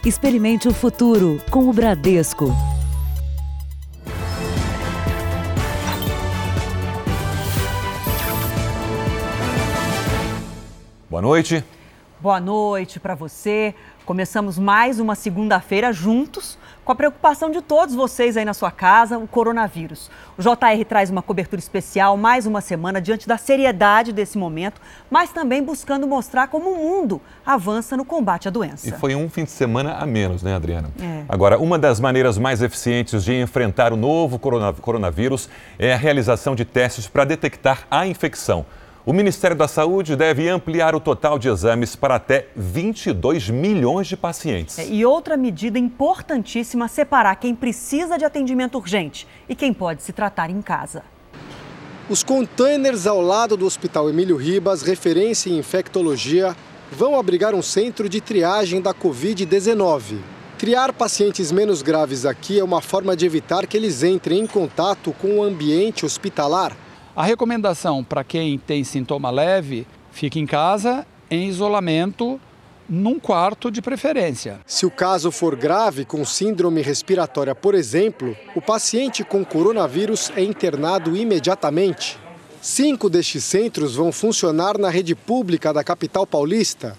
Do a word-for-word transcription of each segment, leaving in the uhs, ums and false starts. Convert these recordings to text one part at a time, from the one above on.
Experimente o futuro com o Bradesco. Boa noite. Boa noite para você. Começamos mais uma segunda-feira juntos, com a preocupação de todos vocês aí na sua casa, o coronavírus. O J R traz uma cobertura especial, mais uma semana, diante da seriedade desse momento, mas também buscando mostrar como o mundo avança no combate à doença. E foi um fim de semana a menos, né, Adriana? É. Agora, uma das maneiras mais eficientes de enfrentar o novo coronavírus é a realização de testes para detectar a infecção. O Ministério da Saúde deve ampliar o total de exames para até vinte e dois milhões de pacientes. É, e outra medida importantíssima, separar quem precisa de atendimento urgente e quem pode se tratar em casa. Os containers ao lado do Hospital Emílio Ribas, referência em infectologia, vão abrigar um centro de triagem da covid dezenove. Triar pacientes menos graves aqui é uma forma de evitar que eles entrem em contato com o ambiente hospitalar. A recomendação para quem tem sintoma leve, fique em casa, em isolamento, num quarto de preferência. Se o caso for grave, com síndrome respiratória, por exemplo, o paciente com coronavírus é internado imediatamente. Cinco destes centros vão funcionar na rede pública da capital paulista.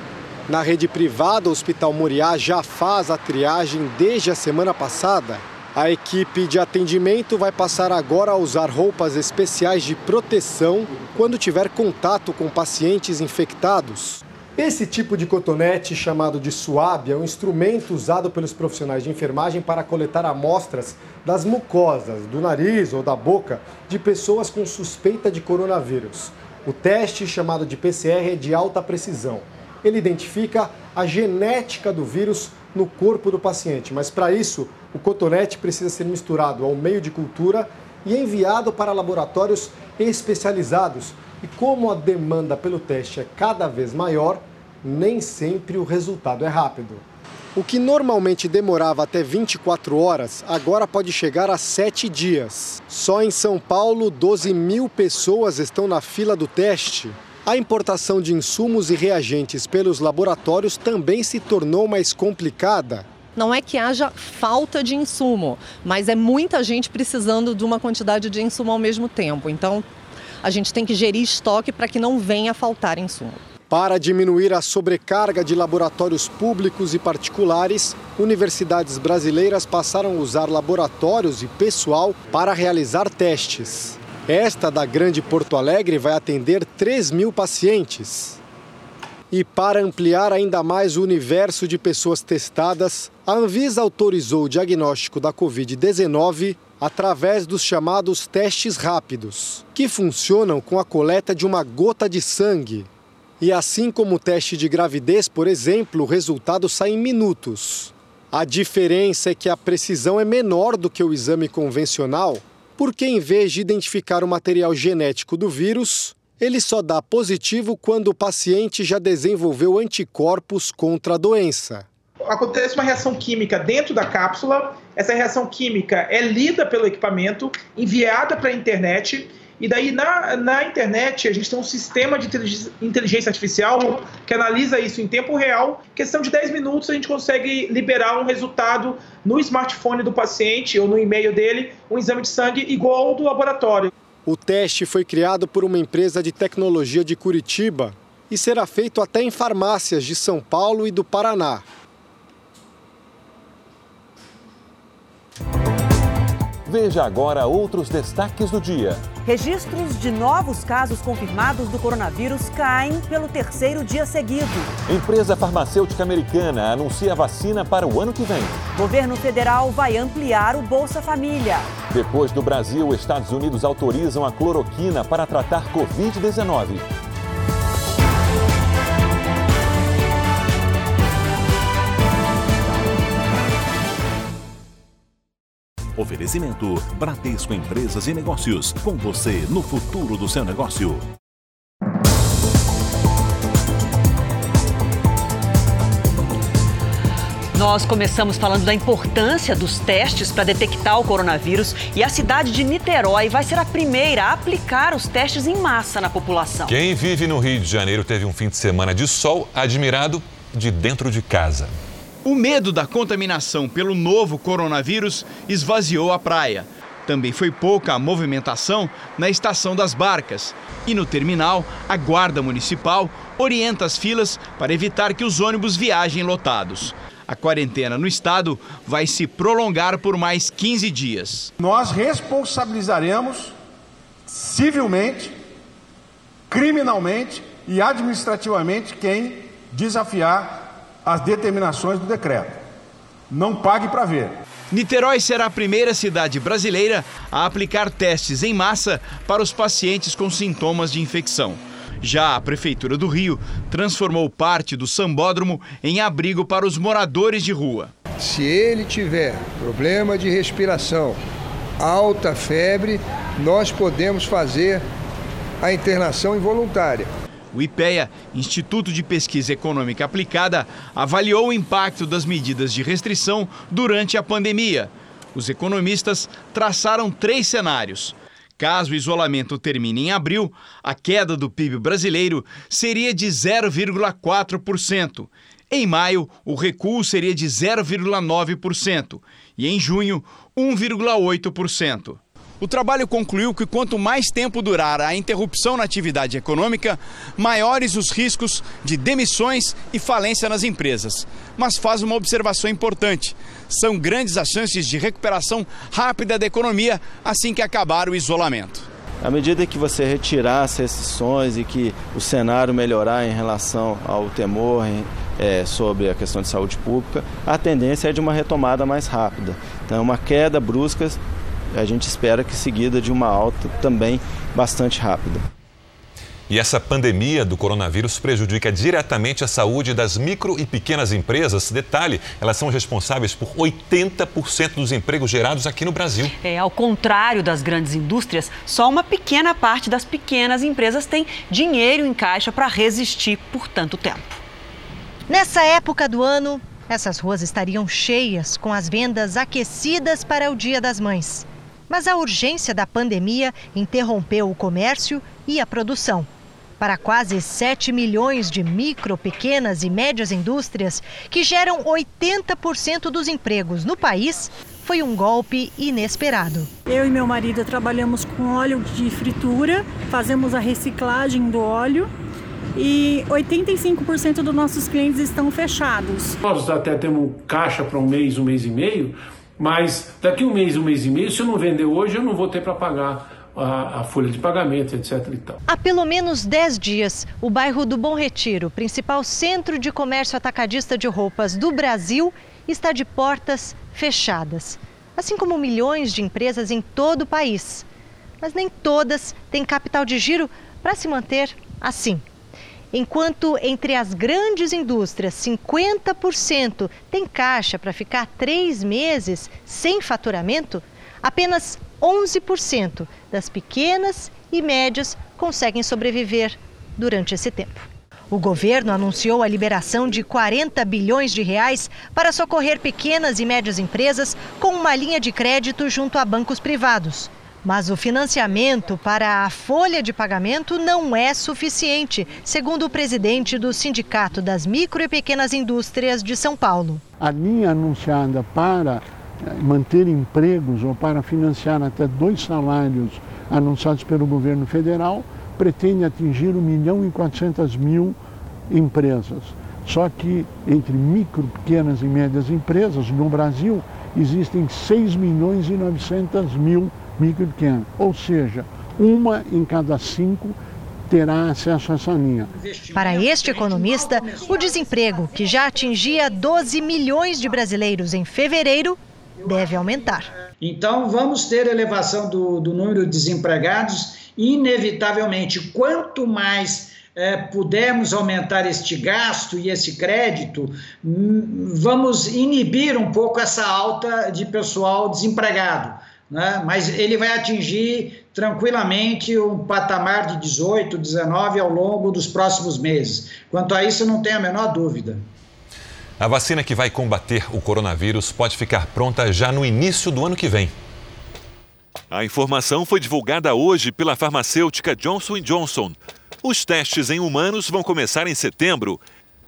Na rede privada, o Hospital Moriá já faz a triagem desde a semana passada. A equipe de atendimento vai passar agora a usar roupas especiais de proteção quando tiver contato com pacientes infectados. Esse tipo de cotonete, chamado de suave, é um instrumento usado pelos profissionais de enfermagem para coletar amostras das mucosas, do nariz ou da boca de pessoas com suspeita de coronavírus. O teste, chamado de P C R, é de alta precisão. Ele identifica a genética do vírus no corpo do paciente, mas para isso o cotonete precisa ser misturado ao meio de cultura e enviado para laboratórios especializados. E como a demanda pelo teste é cada vez maior, nem sempre o resultado é rápido. O que normalmente demorava até vinte e quatro horas, agora pode chegar a sete dias. Só em São Paulo, doze mil pessoas estão na fila do teste. A importação de insumos e reagentes pelos laboratórios também se tornou mais complicada. Não é que haja falta de insumo, mas é muita gente precisando de uma quantidade de insumo ao mesmo tempo. Então, a gente tem que gerir estoque para que não venha a faltar insumo. Para diminuir a sobrecarga de laboratórios públicos e particulares, universidades brasileiras passaram a usar laboratórios e pessoal para realizar testes. Esta da Grande Porto Alegre vai atender três mil pacientes. E para ampliar ainda mais o universo de pessoas testadas, a Anvisa autorizou o diagnóstico da covid dezenove através dos chamados testes rápidos, que funcionam com a coleta de uma gota de sangue. E assim como o teste de gravidez, por exemplo, o resultado sai em minutos. A diferença é que a precisão é menor do que o exame convencional, porque em vez de identificar o material genético do vírus, ele só dá positivo quando o paciente já desenvolveu anticorpos contra a doença. Acontece uma reação química dentro da cápsula, essa reação química é lida pelo equipamento, enviada para a internet, e daí na, na internet a gente tem um sistema de inteligência artificial que analisa isso em tempo real. Em questão de dez minutos a gente consegue liberar um resultado no smartphone do paciente ou no e-mail dele, um exame de sangue igual ao do laboratório. O teste foi criado por uma empresa de tecnologia de Curitiba e será feito até em farmácias de São Paulo e do Paraná. Veja agora outros destaques do dia. Registros de novos casos confirmados do coronavírus caem pelo terceiro dia seguido. Empresa farmacêutica americana anuncia vacina para o ano que vem. Governo federal vai ampliar o Bolsa Família. Depois do Brasil, Estados Unidos autorizam a cloroquina para tratar covid dezenove. Oferecimento Bradesco Empresas e Negócios. Com você no futuro do seu negócio. Nós começamos falando da importância dos testes para detectar o coronavírus e a cidade de Niterói vai ser a primeira a aplicar os testes em massa na população. Quem vive no Rio de Janeiro teve um fim de semana de sol admirado de dentro de casa. O medo da contaminação pelo novo coronavírus esvaziou a praia. Também foi pouca a movimentação na estação das barcas. E no terminal, a Guarda Municipal orienta as filas para evitar que os ônibus viajem lotados. A quarentena no estado vai se prolongar por mais quinze dias. Nós responsabilizaremos civilmente, criminalmente e administrativamente quem desafiar as determinações do decreto. Não pague para ver. Niterói será a primeira cidade brasileira a aplicar testes em massa para os pacientes com sintomas de infecção. Já a Prefeitura do Rio transformou parte do sambódromo em abrigo para os moradores de rua. Se ele tiver problema de respiração, alta febre, nós podemos fazer a internação involuntária. O IPEA, Instituto de Pesquisa Econômica Aplicada, avaliou o impacto das medidas de restrição durante a pandemia. Os economistas traçaram três cenários. Caso o isolamento termine em abril, a queda do P I B brasileiro seria de zero vírgula quatro por cento. Em maio, o recuo seria de zero vírgula nove por cento e em junho, um vírgula oito por cento. O trabalho concluiu que quanto mais tempo durar a interrupção na atividade econômica, maiores os riscos de demissões e falência nas empresas. Mas faz uma observação importante: são grandes as chances de recuperação rápida da economia assim que acabar o isolamento. À medida que você retirar as restrições e que o cenário melhorar em relação ao temor em, é, sobre a questão de saúde pública, a tendência é de uma retomada mais rápida. Então, uma queda brusca, a gente espera que seguida de uma alta também bastante rápida. E essa pandemia do coronavírus prejudica diretamente a saúde das micro e pequenas empresas. Detalhe, elas são responsáveis por oitenta por cento dos empregos gerados aqui no Brasil. É, ao contrário das grandes indústrias, só uma pequena parte das pequenas empresas tem dinheiro em caixa para resistir por tanto tempo. Nessa época do ano, essas ruas estariam cheias, com as vendas aquecidas para o Dia das Mães. Mas a urgência da pandemia interrompeu o comércio e a produção. Para quase sete milhões de micro, pequenas e médias indústrias, que geram oitenta por cento dos empregos no país, foi um golpe inesperado. Eu e meu marido trabalhamos com óleo de fritura, fazemos a reciclagem do óleo e oitenta e cinco por cento dos nossos clientes estão fechados. Nós até temos caixa para um mês, um mês e meio, mas daqui um mês, um mês e meio, se eu não vender hoje, eu não vou ter para pagar a, a folha de pagamento, etc e tal. Há pelo menos dez dias, o bairro do Bom Retiro, principal centro de comércio atacadista de roupas do Brasil, está de portas fechadas. Assim como milhões de empresas em todo o país. Mas nem todas têm capital de giro para se manter assim. Enquanto entre as grandes indústrias, cinquenta por cento tem caixa para ficar três meses sem faturamento, apenas onze por cento das pequenas e médias conseguem sobreviver durante esse tempo. O governo anunciou a liberação de quarenta bilhões de reais para socorrer pequenas e médias empresas com uma linha de crédito junto a bancos privados. Mas o financiamento para a folha de pagamento não é suficiente, segundo o presidente do Sindicato das Micro e Pequenas Indústrias de São Paulo. A linha anunciada para manter empregos ou para financiar até dois salários anunciados pelo governo federal pretende atingir um milhão e quatrocentas mil empresas. Só que entre micro, pequenas e médias empresas no Brasil existem seis milhões e novecentas mil micro e pequenas, ou seja, uma em cada cinco terá acesso a essa linha. Para este economista, o desemprego, que já atingia doze milhões de brasileiros em fevereiro, deve aumentar. Então, vamos ter elevação do, do número de desempregados e, inevitavelmente, quanto mais é, pudermos aumentar este gasto e esse crédito, vamos inibir um pouco essa alta de pessoal desempregado. Né? Mas ele vai atingir tranquilamente um patamar de dezoito, dezenove ao longo dos próximos meses. Quanto a isso, não tenho a menor dúvida. A vacina que vai combater o coronavírus pode ficar pronta já no início do ano que vem. A informação foi divulgada hoje pela farmacêutica Johnson and Johnson. Os testes em humanos vão começar em setembro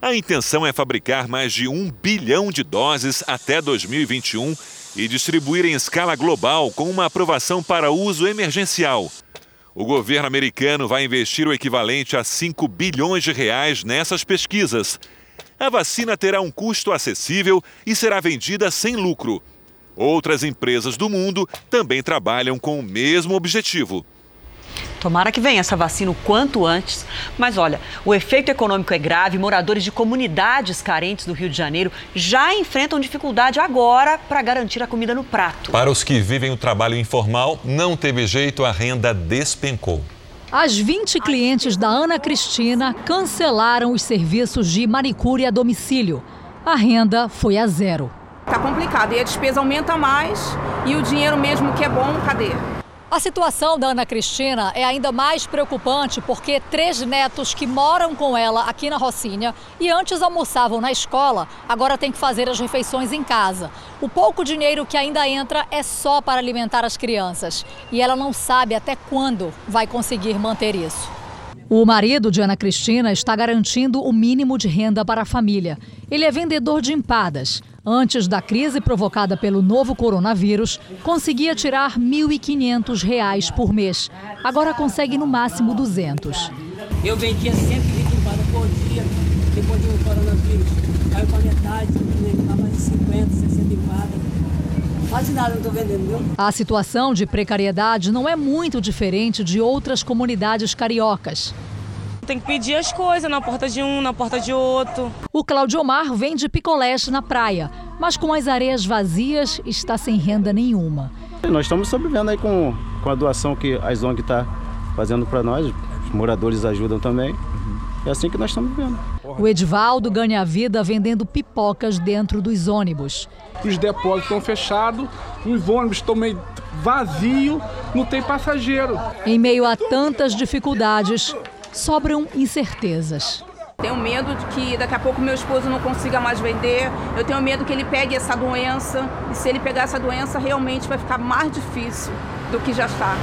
A intenção é fabricar mais de um bilhão de doses até dois mil e vinte e um e distribuir em escala global com uma aprovação para uso emergencial. O governo americano vai investir o equivalente a cinco bilhões de reais nessas pesquisas. A vacina terá um custo acessível e será vendida sem lucro. Outras empresas do mundo também trabalham com o mesmo objetivo. Tomara que venha essa vacina o quanto antes. Mas olha, o efeito econômico é grave. Moradores de comunidades carentes do Rio de Janeiro já enfrentam dificuldade agora para garantir a comida no prato. Para os que vivem o trabalho informal, não teve jeito, a renda despencou. As vinte clientes da Ana Cristina cancelaram os serviços de manicure a domicílio. A renda foi a zero. Tá complicado e a despesa aumenta mais e o dinheiro mesmo que é bom, cadê? A situação da Ana Cristina é ainda mais preocupante porque três netos que moram com ela aqui na Rocinha e antes almoçavam na escola, agora têm que fazer as refeições em casa. O pouco dinheiro que ainda entra é só para alimentar as crianças e ela não sabe até quando vai conseguir manter isso. O marido de Ana Cristina está garantindo o mínimo de renda para a família. Ele é vendedor de empadas. Antes da crise provocada pelo novo coronavírus, conseguia tirar mil e quinhentos reais por mês. Agora consegue no máximo duzentos. Eu vendia cento e vinte empadas por dia, depois do coronavírus. Caiu para metade, estava em cinquenta, sessenta empadas. Quase nada eu estou vendendo, viu? A situação de precariedade não é muito diferente de outras comunidades cariocas. Tem que pedir as coisas na porta de um, na porta de outro. O Claudiomar vende picolés na praia, mas com as areias vazias está sem renda nenhuma. Nós estamos sobrevivendo aí com, com a doação que a S O N G está fazendo para nós, os moradores ajudam também. É assim que nós estamos vivendo. O Edivaldo ganha a vida vendendo pipocas dentro dos ônibus. Os depósitos estão fechados, os ônibus estão meio vazios, não tem passageiro. Em meio a tantas dificuldades, sobram incertezas. Tenho medo de que daqui a pouco meu esposo não consiga mais vender. Eu tenho medo que ele pegue essa doença. E se ele pegar essa doença, realmente vai ficar mais difícil do que já está.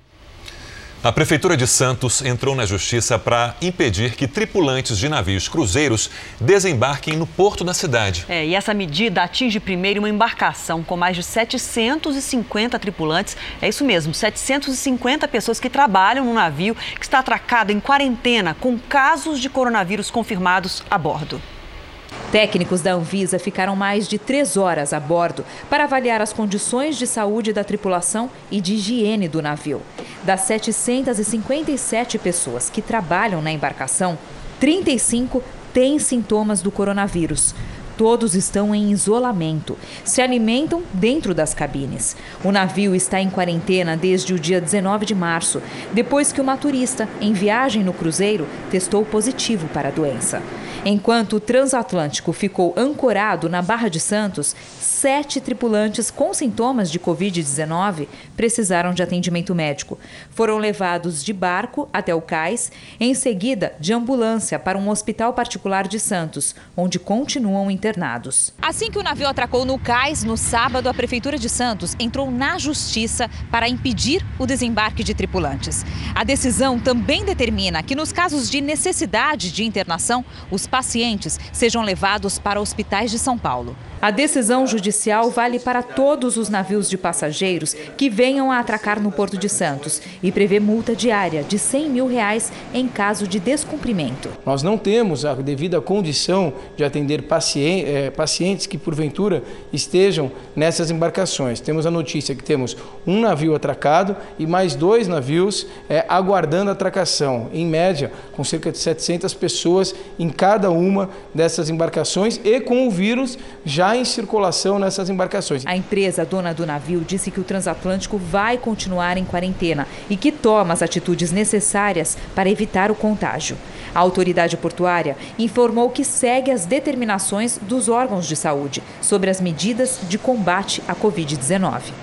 A Prefeitura de Santos entrou na Justiça para impedir que tripulantes de navios cruzeiros desembarquem no porto da cidade. É, e essa medida atinge primeiro uma embarcação com mais de setecentos e cinquenta tripulantes. É isso mesmo, setecentas e cinquenta pessoas que trabalham no navio que está atracado em quarentena com casos de coronavírus confirmados a bordo. Técnicos da Anvisa ficaram mais de três horas a bordo para avaliar as condições de saúde da tripulação e de higiene do navio. Das setecentas e cinquenta e sete pessoas que trabalham na embarcação, trinta e cinco têm sintomas do coronavírus. Todos estão em isolamento, se alimentam dentro das cabines. O navio está em quarentena desde o dia dezenove de março, depois que uma turista, em viagem no cruzeiro, testou positivo para a doença. Enquanto o transatlântico ficou ancorado na Barra de Santos, sete tripulantes com sintomas de covid dezenove precisaram de atendimento médico. Foram levados de barco até o cais, em seguida de ambulância para um hospital particular de Santos, onde continuam internados. Assim que o navio atracou no cais, no sábado, a Prefeitura de Santos entrou na Justiça para impedir o desembarque de tripulantes. A decisão também determina que, nos casos de necessidade de internação, os pacientes sejam levados para hospitais de São Paulo. A decisão judicial vale para todos os navios de passageiros que venham a atracar no Porto de Santos e prevê multa diária de cem mil reais em caso de descumprimento. Nós não temos a devida condição de atender paciente, é, pacientes que porventura estejam nessas embarcações. Temos a notícia que temos um navio atracado e mais dois navios é, aguardando a atracação, em média com cerca de setecentas pessoas em cada uma dessas embarcações e com o vírus já em circulação nessas embarcações. A empresa dona do navio disse que o transatlântico vai continuar em quarentena e que toma as atitudes necessárias para evitar o contágio. A autoridade portuária informou que segue as determinações dos órgãos de saúde sobre as medidas de combate à covid dezenove.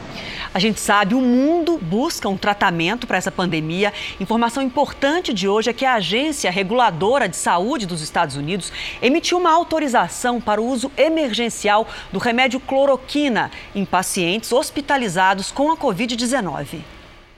A gente sabe, o mundo busca um tratamento para essa pandemia. Informação importante de hoje é que a Agência Reguladora de Saúde dos Estados Unidos emitiu uma autorização para o uso emergencial do remédio cloroquina em pacientes hospitalizados com a covid dezenove.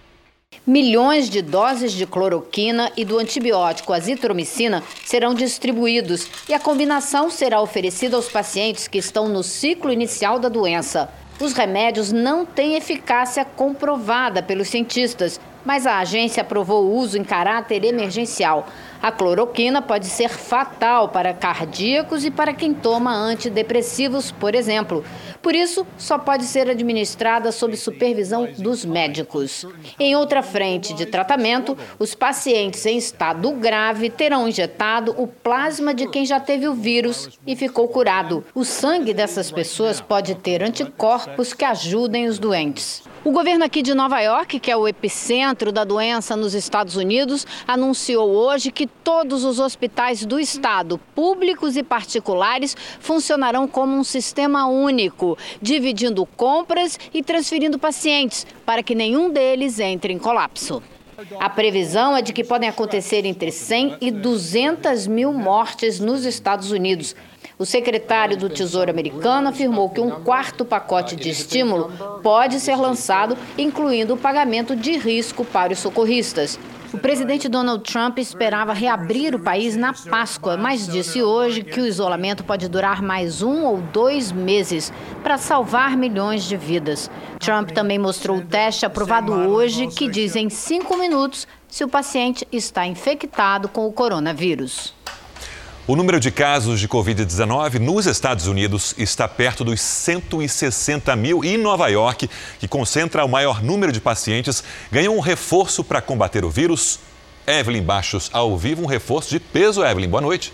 Milhões de doses de cloroquina e do antibiótico azitromicina serão distribuídos e a combinação será oferecida aos pacientes que estão no ciclo inicial da doença. Os remédios não têm eficácia comprovada pelos cientistas, mas a agência aprovou o uso em caráter emergencial. A cloroquina pode ser fatal para cardíacos e para quem toma antidepressivos, por exemplo. Por isso, só pode ser administrada sob supervisão dos médicos. Em outra frente de tratamento, os pacientes em estado grave terão injetado o plasma de quem já teve o vírus e ficou curado. O sangue dessas pessoas pode ter anticorpos que ajudem os doentes. O governo aqui de Nova York, que é o epicentro da doença nos Estados Unidos, anunciou hoje que todos os hospitais do estado, públicos e particulares, funcionarão como um sistema único, dividindo compras e transferindo pacientes, para que nenhum deles entre em colapso. A previsão é de que podem acontecer entre cem e duzentas mil mortes nos Estados Unidos. O secretário do Tesouro americano afirmou que um quarto pacote de estímulo pode ser lançado, incluindo o pagamento de risco para os socorristas. O presidente Donald Trump esperava reabrir o país na Páscoa, mas disse hoje que o isolamento pode durar mais um ou dois meses para salvar milhões de vidas. Trump também mostrou o teste aprovado hoje, que diz em cinco minutos se o paciente está infectado com o coronavírus. O número de casos de covid dezenove nos Estados Unidos está perto dos cento e sessenta mil e Nova York, que concentra o maior número de pacientes, ganhou um reforço para combater o vírus. Evelyn Baixos, ao vivo, um reforço de peso. Evelyn, boa noite.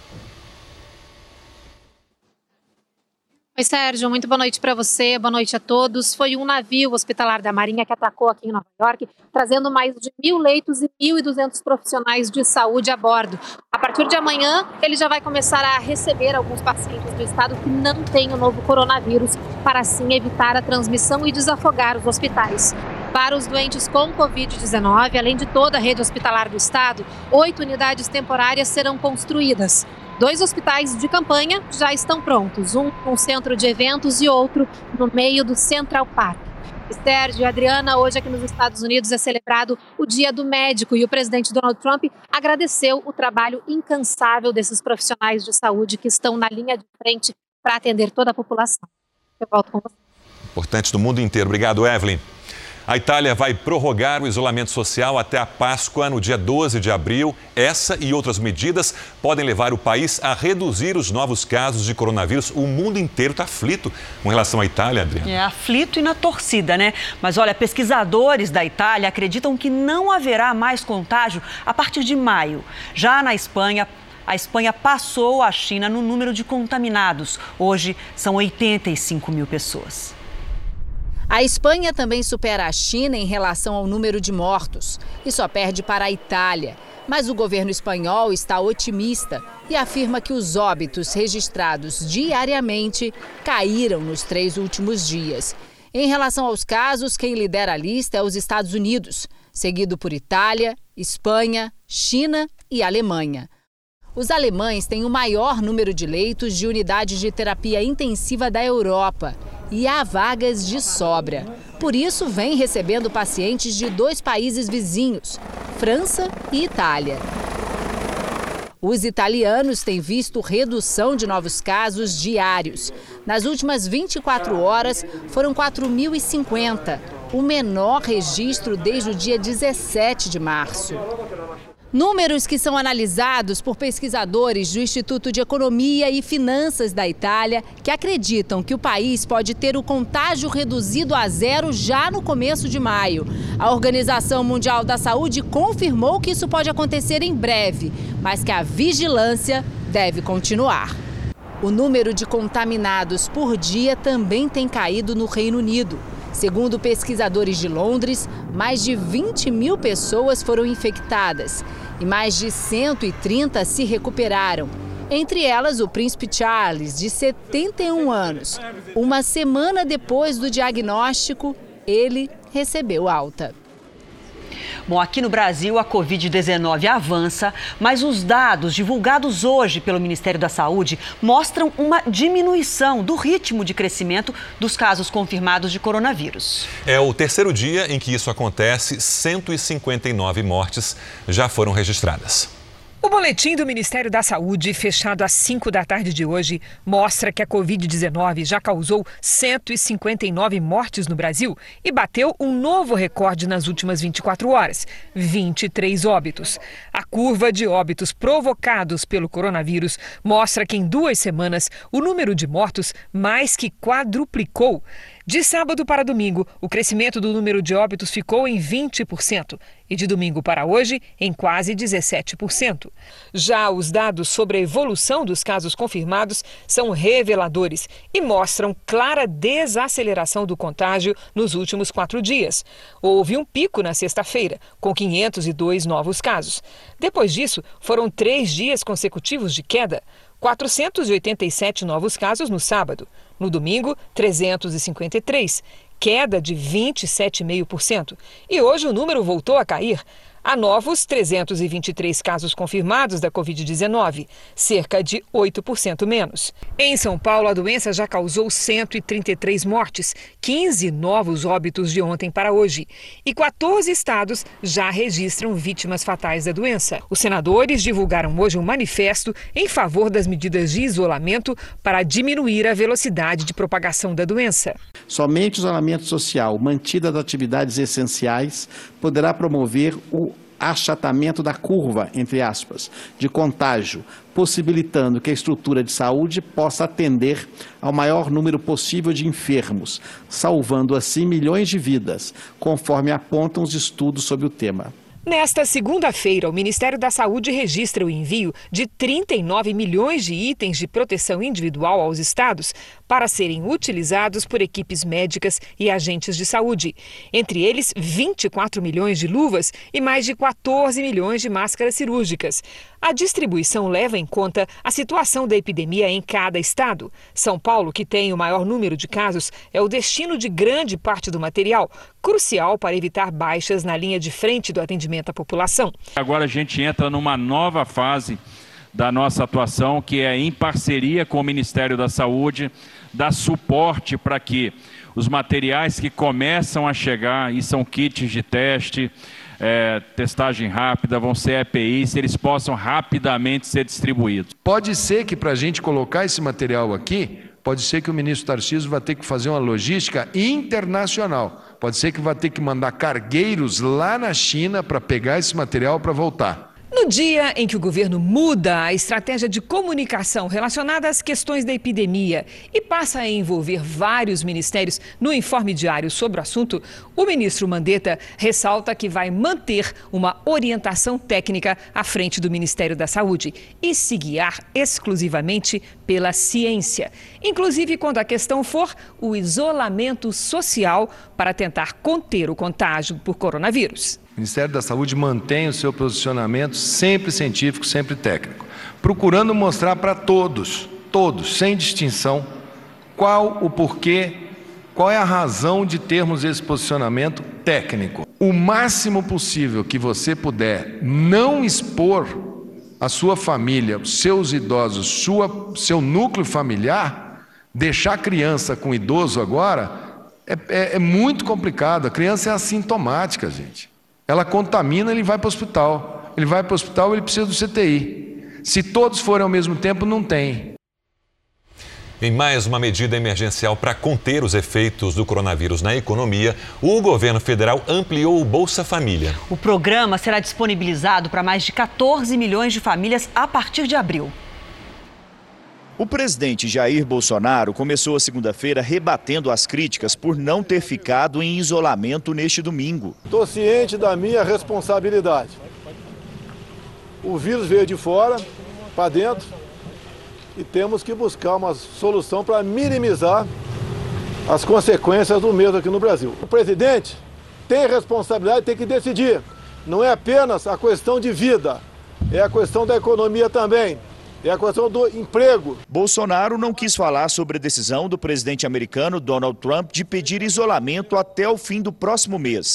Oi, Sérgio, muito boa noite para você, boa noite a todos. Foi um navio hospitalar da Marinha que atacou aqui em Nova York, trazendo mais de mil leitos e mil e duzentos profissionais de saúde a bordo. A partir de amanhã, ele já vai começar a receber alguns pacientes do estado que não têm o novo coronavírus, para assim evitar a transmissão e desafogar os hospitais. Para os doentes com covid dezenove, além de toda a rede hospitalar do estado, oito unidades temporárias serão construídas. Dois hospitais de campanha já estão prontos, um com centro de eventos e outro no meio do Central Park. Sérgio e Adriana, hoje aqui nos Estados Unidos é celebrado o Dia do Médico e o presidente Donald Trump agradeceu o trabalho incansável desses profissionais de saúde que estão na linha de frente para atender toda a população. Eu volto com você. Importante do mundo inteiro. Obrigado, Evelyn. A Itália vai prorrogar o isolamento social até a Páscoa, no dia doze de abril. Essa e outras medidas podem levar o país a reduzir os novos casos de coronavírus. O mundo inteiro está aflito com relação à Itália, Adriana. É, aflito e na torcida, né? Mas olha, pesquisadores da Itália acreditam que não haverá mais contágio a partir de maio. Já na Espanha, a Espanha passou a China no número de contaminados. Hoje são oitenta e cinco mil pessoas. A Espanha também supera a China em relação ao número de mortos e só perde para a Itália. Mas o governo espanhol está otimista e afirma que os óbitos registrados diariamente caíram nos três últimos dias. Em relação aos casos, quem lidera a lista é os Estados Unidos, seguido por Itália, Espanha, China e Alemanha. Os alemães têm o maior número de leitos de unidades de terapia intensiva da Europa e há vagas de sobra. Por isso, vem recebendo pacientes de dois países vizinhos, França e Itália. Os italianos têm visto redução de novos casos diários. Nas últimas vinte e quatro horas, foram quatro mil e cinquenta, o menor registro desde o dia dezessete de março. Números que são analisados por pesquisadores do Instituto de Economia e Finanças da Itália, que acreditam que o país pode ter o contágio reduzido a zero já no começo de maio. A Organização Mundial da Saúde confirmou que isso pode acontecer em breve, mas que a vigilância deve continuar. O número de contaminados por dia também tem caído no Reino Unido. Segundo pesquisadores de Londres, mais de vinte mil pessoas foram infectadas e mais de cento e trinta se recuperaram. Entre elas, o príncipe Charles, de setenta e um anos. Uma semana depois do diagnóstico, ele recebeu alta. Bom, aqui no Brasil a covid dezenove avança, mas os dados divulgados hoje pelo Ministério da Saúde mostram uma diminuição do ritmo de crescimento dos casos confirmados de coronavírus. É o terceiro dia em que isso acontece, cento e cinquenta e nove mortes já foram registradas. O boletim do Ministério da Saúde, fechado às cinco da tarde de hoje, mostra que a covid dezenove já causou cento e cinquenta e nove mortes no Brasil e bateu um novo recorde nas últimas vinte e quatro horas, vinte e três óbitos. A curva de óbitos provocados pelo coronavírus mostra que em duas semanas o número de mortos mais que quadruplicou. De sábado para domingo, o crescimento do número de óbitos ficou em vinte por cento e de domingo para hoje em quase dezessete por cento. Já os dados sobre a evolução dos casos confirmados são reveladores e mostram clara desaceleração do contágio nos últimos quatro dias. Houve um pico na sexta-feira, com quinhentos e dois novos casos. Depois disso, foram três dias consecutivos de queda. quatrocentos e oitenta e sete novos casos no sábado. No domingo, trezentos e cinquenta e três, queda de vinte e sete vírgula cinco por cento. E hoje o número voltou a cair. Há novos trezentos e vinte e três casos confirmados da covid dezenove, cerca de oito por cento menos. Em São Paulo, a doença já causou cento e trinta e três mortes, quinze novos óbitos de ontem para hoje. E quatorze estados já registram vítimas fatais da doença. Os senadores divulgaram hoje um manifesto em favor das medidas de isolamento para diminuir a velocidade de propagação da doença. Somente o isolamento social, mantida das atividades essenciais, poderá promover o achatamento da curva, entre aspas, de contágio, possibilitando que a estrutura de saúde possa atender ao maior número possível de enfermos, salvando assim milhões de vidas, conforme apontam os estudos sobre o tema. Nesta segunda-feira, o Ministério da Saúde registra o envio de trinta e nove milhões de itens de proteção individual aos estados para serem utilizados por equipes médicas e agentes de saúde. Entre eles, vinte e quatro milhões de luvas e mais de quatorze milhões de máscaras cirúrgicas. A distribuição leva em conta a situação da epidemia em cada estado. São Paulo, que tem o maior número de casos, é o destino de grande parte do material, crucial para evitar baixas na linha de frente do atendimento à população. Agora a gente entra numa nova fase da nossa atuação, que é em parceria com o Ministério da Saúde, dar suporte para que os materiais que começam a chegar, e são kits de teste, É, testagem rápida, vão ser E P Is, eles possam rapidamente ser distribuídos. Pode ser que para a gente colocar esse material aqui, pode ser que o ministro Tarcísio vai ter que fazer uma logística internacional. Pode ser que vai ter que mandar cargueiros lá na China para pegar esse material para voltar. No dia em que o governo muda a estratégia de comunicação relacionada às questões da epidemia e passa a envolver vários ministérios no informe diário sobre o assunto, o ministro Mandetta ressalta que vai manter uma orientação técnica à frente do Ministério da Saúde e se guiar exclusivamente pela ciência, inclusive quando a questão for o isolamento social para tentar conter o contágio por coronavírus. O Ministério da Saúde mantém o seu posicionamento sempre científico, sempre técnico, procurando mostrar para todos, todos, sem distinção, qual o porquê, qual é a razão de termos esse posicionamento técnico. O máximo possível que você puder não expor a sua família, os seus idosos, sua, seu núcleo familiar, deixar a criança com idoso agora, é, é, é muito complicado. A criança é assintomática, gente. Ela contamina, ele vai para o hospital. Ele vai para o hospital, ele precisa do C T I. Se todos forem ao mesmo tempo, não tem. Em mais uma medida emergencial para conter os efeitos do coronavírus na economia, o governo federal ampliou o Bolsa Família. O programa será disponibilizado para mais de quatorze milhões de famílias a partir de abril. O presidente Jair Bolsonaro começou a segunda-feira rebatendo as críticas por não ter ficado em isolamento neste domingo. Estou ciente da minha responsabilidade. O vírus veio de fora, para dentro, e temos que buscar uma solução para minimizar as consequências do mesmo aqui no Brasil. O presidente tem responsabilidade, tem que decidir. Não é apenas a questão de vida, é a questão da economia também. É a questão do emprego. Bolsonaro não quis falar sobre a decisão do presidente americano Donald Trump de pedir isolamento até o fim do próximo mês.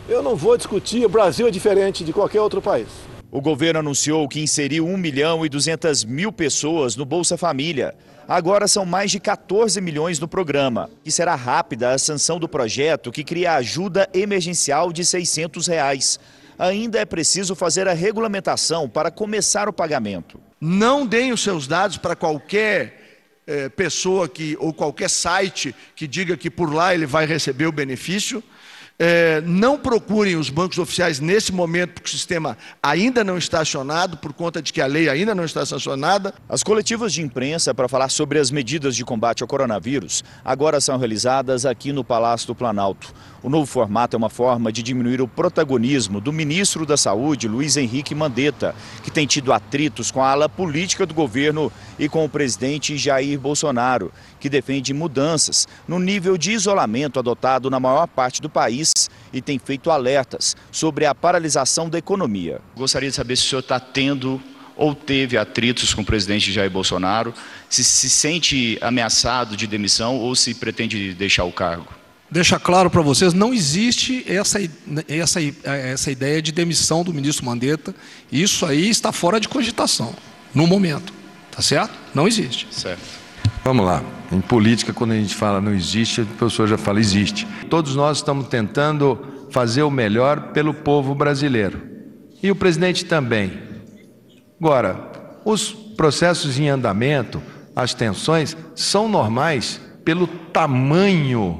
Eu não vou discutir, o Brasil é diferente de qualquer outro país. O governo anunciou que inseriu um milhão e duzentas mil pessoas no Bolsa Família. Agora são mais de quatorze milhões no programa. E será rápida a sanção do projeto que cria ajuda emergencial de seiscentos reais. Ainda é preciso fazer a regulamentação para começar o pagamento. Não deem os seus dados para qualquer eh, pessoa que, ou qualquer site que diga que por lá ele vai receber o benefício. É, não procurem os bancos oficiais nesse momento, porque o sistema ainda não está acionado, por conta de que a lei ainda não está sancionada. As coletivas de imprensa para falar sobre as medidas de combate ao coronavírus agora são realizadas aqui no Palácio do Planalto. O novo formato é uma forma de diminuir o protagonismo do ministro da Saúde, Luiz Henrique Mandetta, que tem tido atritos com a ala política do governo e com o presidente Jair Bolsonaro, que defende mudanças no nível de isolamento adotado na maior parte do país e tem feito alertas sobre a paralisação da economia. Gostaria de saber se o senhor está tendo ou teve atritos com o presidente Jair Bolsonaro, se se sente ameaçado de demissão ou se pretende deixar o cargo. Deixar claro para vocês, não existe essa, essa, essa ideia de demissão do ministro Mandetta. Isso aí está fora de cogitação, no momento. Tá certo? Não existe. Certo. Vamos lá. Em política, quando a gente fala não existe, a pessoa já fala existe. Todos nós estamos tentando fazer o melhor pelo povo brasileiro. E o presidente também. Agora, os processos em andamento, as tensões, são normais pelo tamanho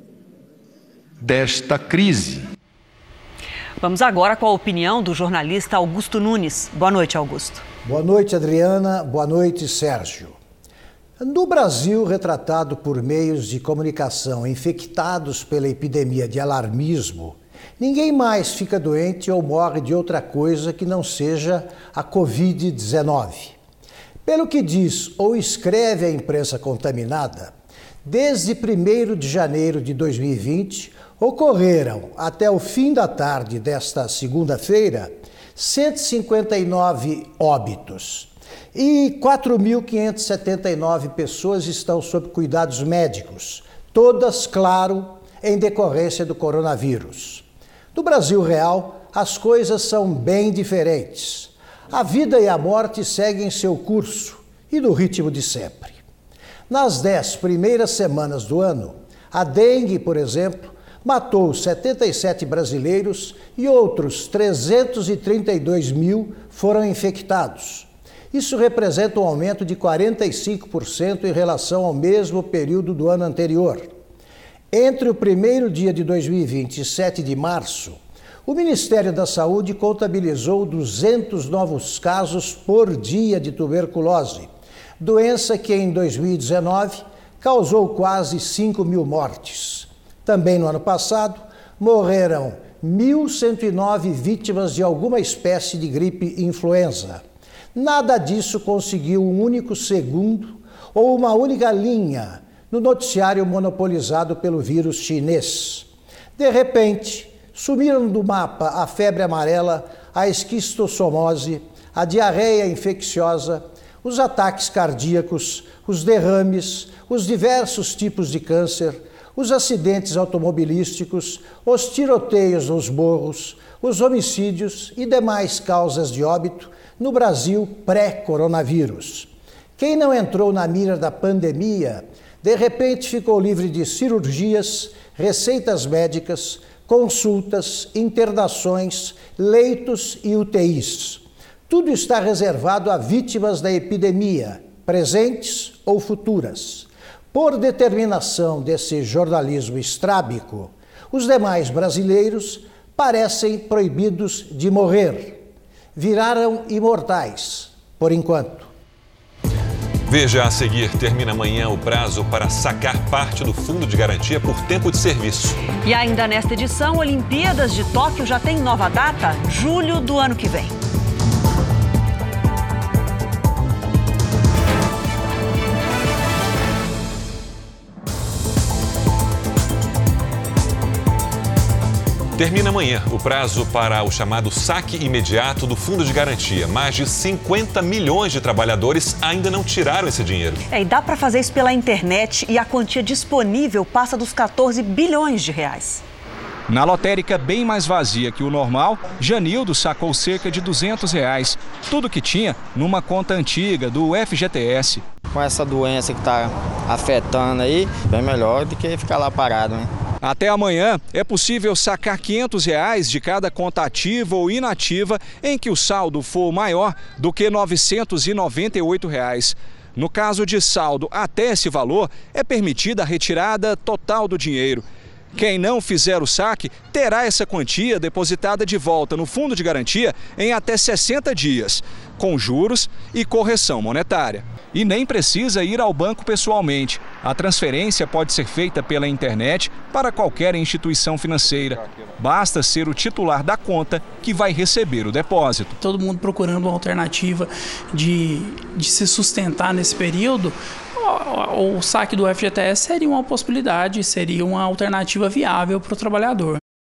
desta crise. Vamos agora com a opinião do jornalista Augusto Nunes. Boa noite, Augusto. Boa noite, Adriana. Boa noite, Sérgio. No Brasil, retratado por meios de comunicação infectados pela epidemia de alarmismo, ninguém mais fica doente ou morre de outra coisa que não seja a covid dezenove. Pelo que diz ou escreve a imprensa contaminada, desde primeiro de janeiro de dois mil e vinte, ocorreram, até o fim da tarde desta segunda-feira, cento e cinquenta e nove óbitos e quatro mil quinhentas e setenta e nove pessoas estão sob cuidados médicos, todas, claro, em decorrência do coronavírus. No Brasil real, as coisas são bem diferentes. A vida e a morte seguem seu curso e no ritmo de sempre. Nas dez primeiras semanas do ano, a dengue, por exemplo, matou setenta e sete brasileiros e outros trezentos e trinta e dois mil foram infectados. Isso representa um aumento de quarenta e cinco por cento em relação ao mesmo período do ano anterior. Entre o primeiro dia de dois mil e vinte e sete de março, o Ministério da Saúde contabilizou duzentos novos casos por dia de tuberculose, doença que em dois mil e dezenove causou quase cinco mil mortes. Também no ano passado, morreram mil cento e nove vítimas de alguma espécie de gripe influenza. Nada disso conseguiu um único segundo ou uma única linha no noticiário monopolizado pelo vírus chinês. De repente, sumiram do mapa a febre amarela, a esquistossomose, a diarreia infecciosa, os ataques cardíacos, os derrames, os diversos tipos de câncer, os acidentes automobilísticos, os tiroteios nos morros, os homicídios e demais causas de óbito no Brasil pré-coronavírus. Quem não entrou na mira da pandemia, de repente ficou livre de cirurgias, receitas médicas, consultas, internações, leitos e U T Is. Tudo está reservado a vítimas da epidemia, presentes ou futuras. Por determinação desse jornalismo estrábico, os demais brasileiros parecem proibidos de morrer. Viraram imortais, por enquanto. Veja a seguir, termina amanhã o prazo para sacar parte do fundo de garantia por tempo de serviço. E ainda nesta edição, Olimpíadas de Tóquio já tem nova data, julho do ano que vem. Termina amanhã o prazo para o chamado saque imediato do fundo de garantia. Mais de cinquenta milhões de trabalhadores ainda não tiraram esse dinheiro. É, e dá para fazer isso pela internet e a quantia disponível passa dos quatorze bilhões de reais. Na lotérica bem mais vazia que o normal, Janildo sacou cerca de duzentos reais. Tudo que tinha numa conta antiga do F G T S. Com essa doença que está afetando aí, bem melhor do que ficar lá parado, né? Até amanhã é possível sacar quinhentos reais de cada conta ativa ou inativa em que o saldo for maior do que novecentos e noventa e oito reais. No caso de saldo até esse valor, é permitida a retirada total do dinheiro. Quem não fizer o saque terá essa quantia depositada de volta no fundo de garantia em até sessenta dias, com juros e correção monetária. E nem precisa ir ao banco pessoalmente. A transferência pode ser feita pela internet para qualquer instituição financeira. Basta ser o titular da conta que vai receber o depósito. Todo mundo procurando uma alternativa de, de se sustentar nesse período. O saque do F G T S seria uma possibilidade, seria uma alternativa viável para o trabalhador.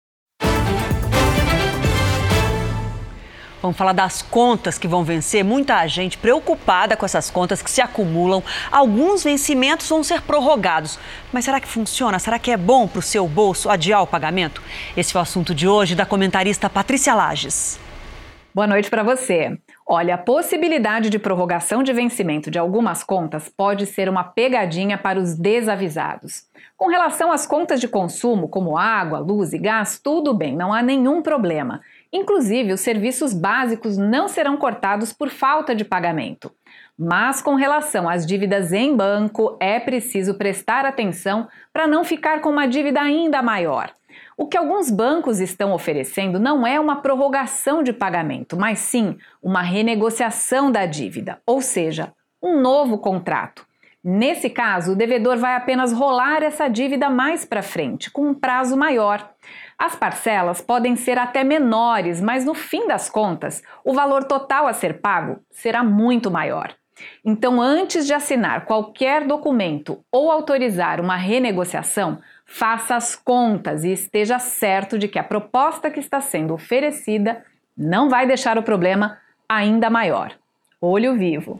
Vamos falar das contas que vão vencer. Muita gente preocupada com essas contas que se acumulam. Alguns vencimentos vão ser prorrogados. Mas será que funciona? Será que é bom para o seu bolso adiar o pagamento? Esse é o assunto de hoje da comentarista Patrícia Lages. Boa noite para você. Olha, a possibilidade de prorrogação de vencimento de algumas contas pode ser uma pegadinha para os desavisados. Com relação às contas de consumo, como água, luz e gás, tudo bem, não há nenhum problema. Inclusive, os serviços básicos não serão cortados por falta de pagamento. Mas com relação às dívidas em banco, é preciso prestar atenção para não ficar com uma dívida ainda maior. O que alguns bancos estão oferecendo não é uma prorrogação de pagamento, mas sim uma renegociação da dívida, ou seja, um novo contrato. Nesse caso, o devedor vai apenas rolar essa dívida mais para frente, com um prazo maior. As parcelas podem ser até menores, mas no fim das contas, o valor total a ser pago será muito maior. Então, antes de assinar qualquer documento ou autorizar uma renegociação, faça as contas e esteja certo de que a proposta que está sendo oferecida não vai deixar o problema ainda maior. Olho vivo.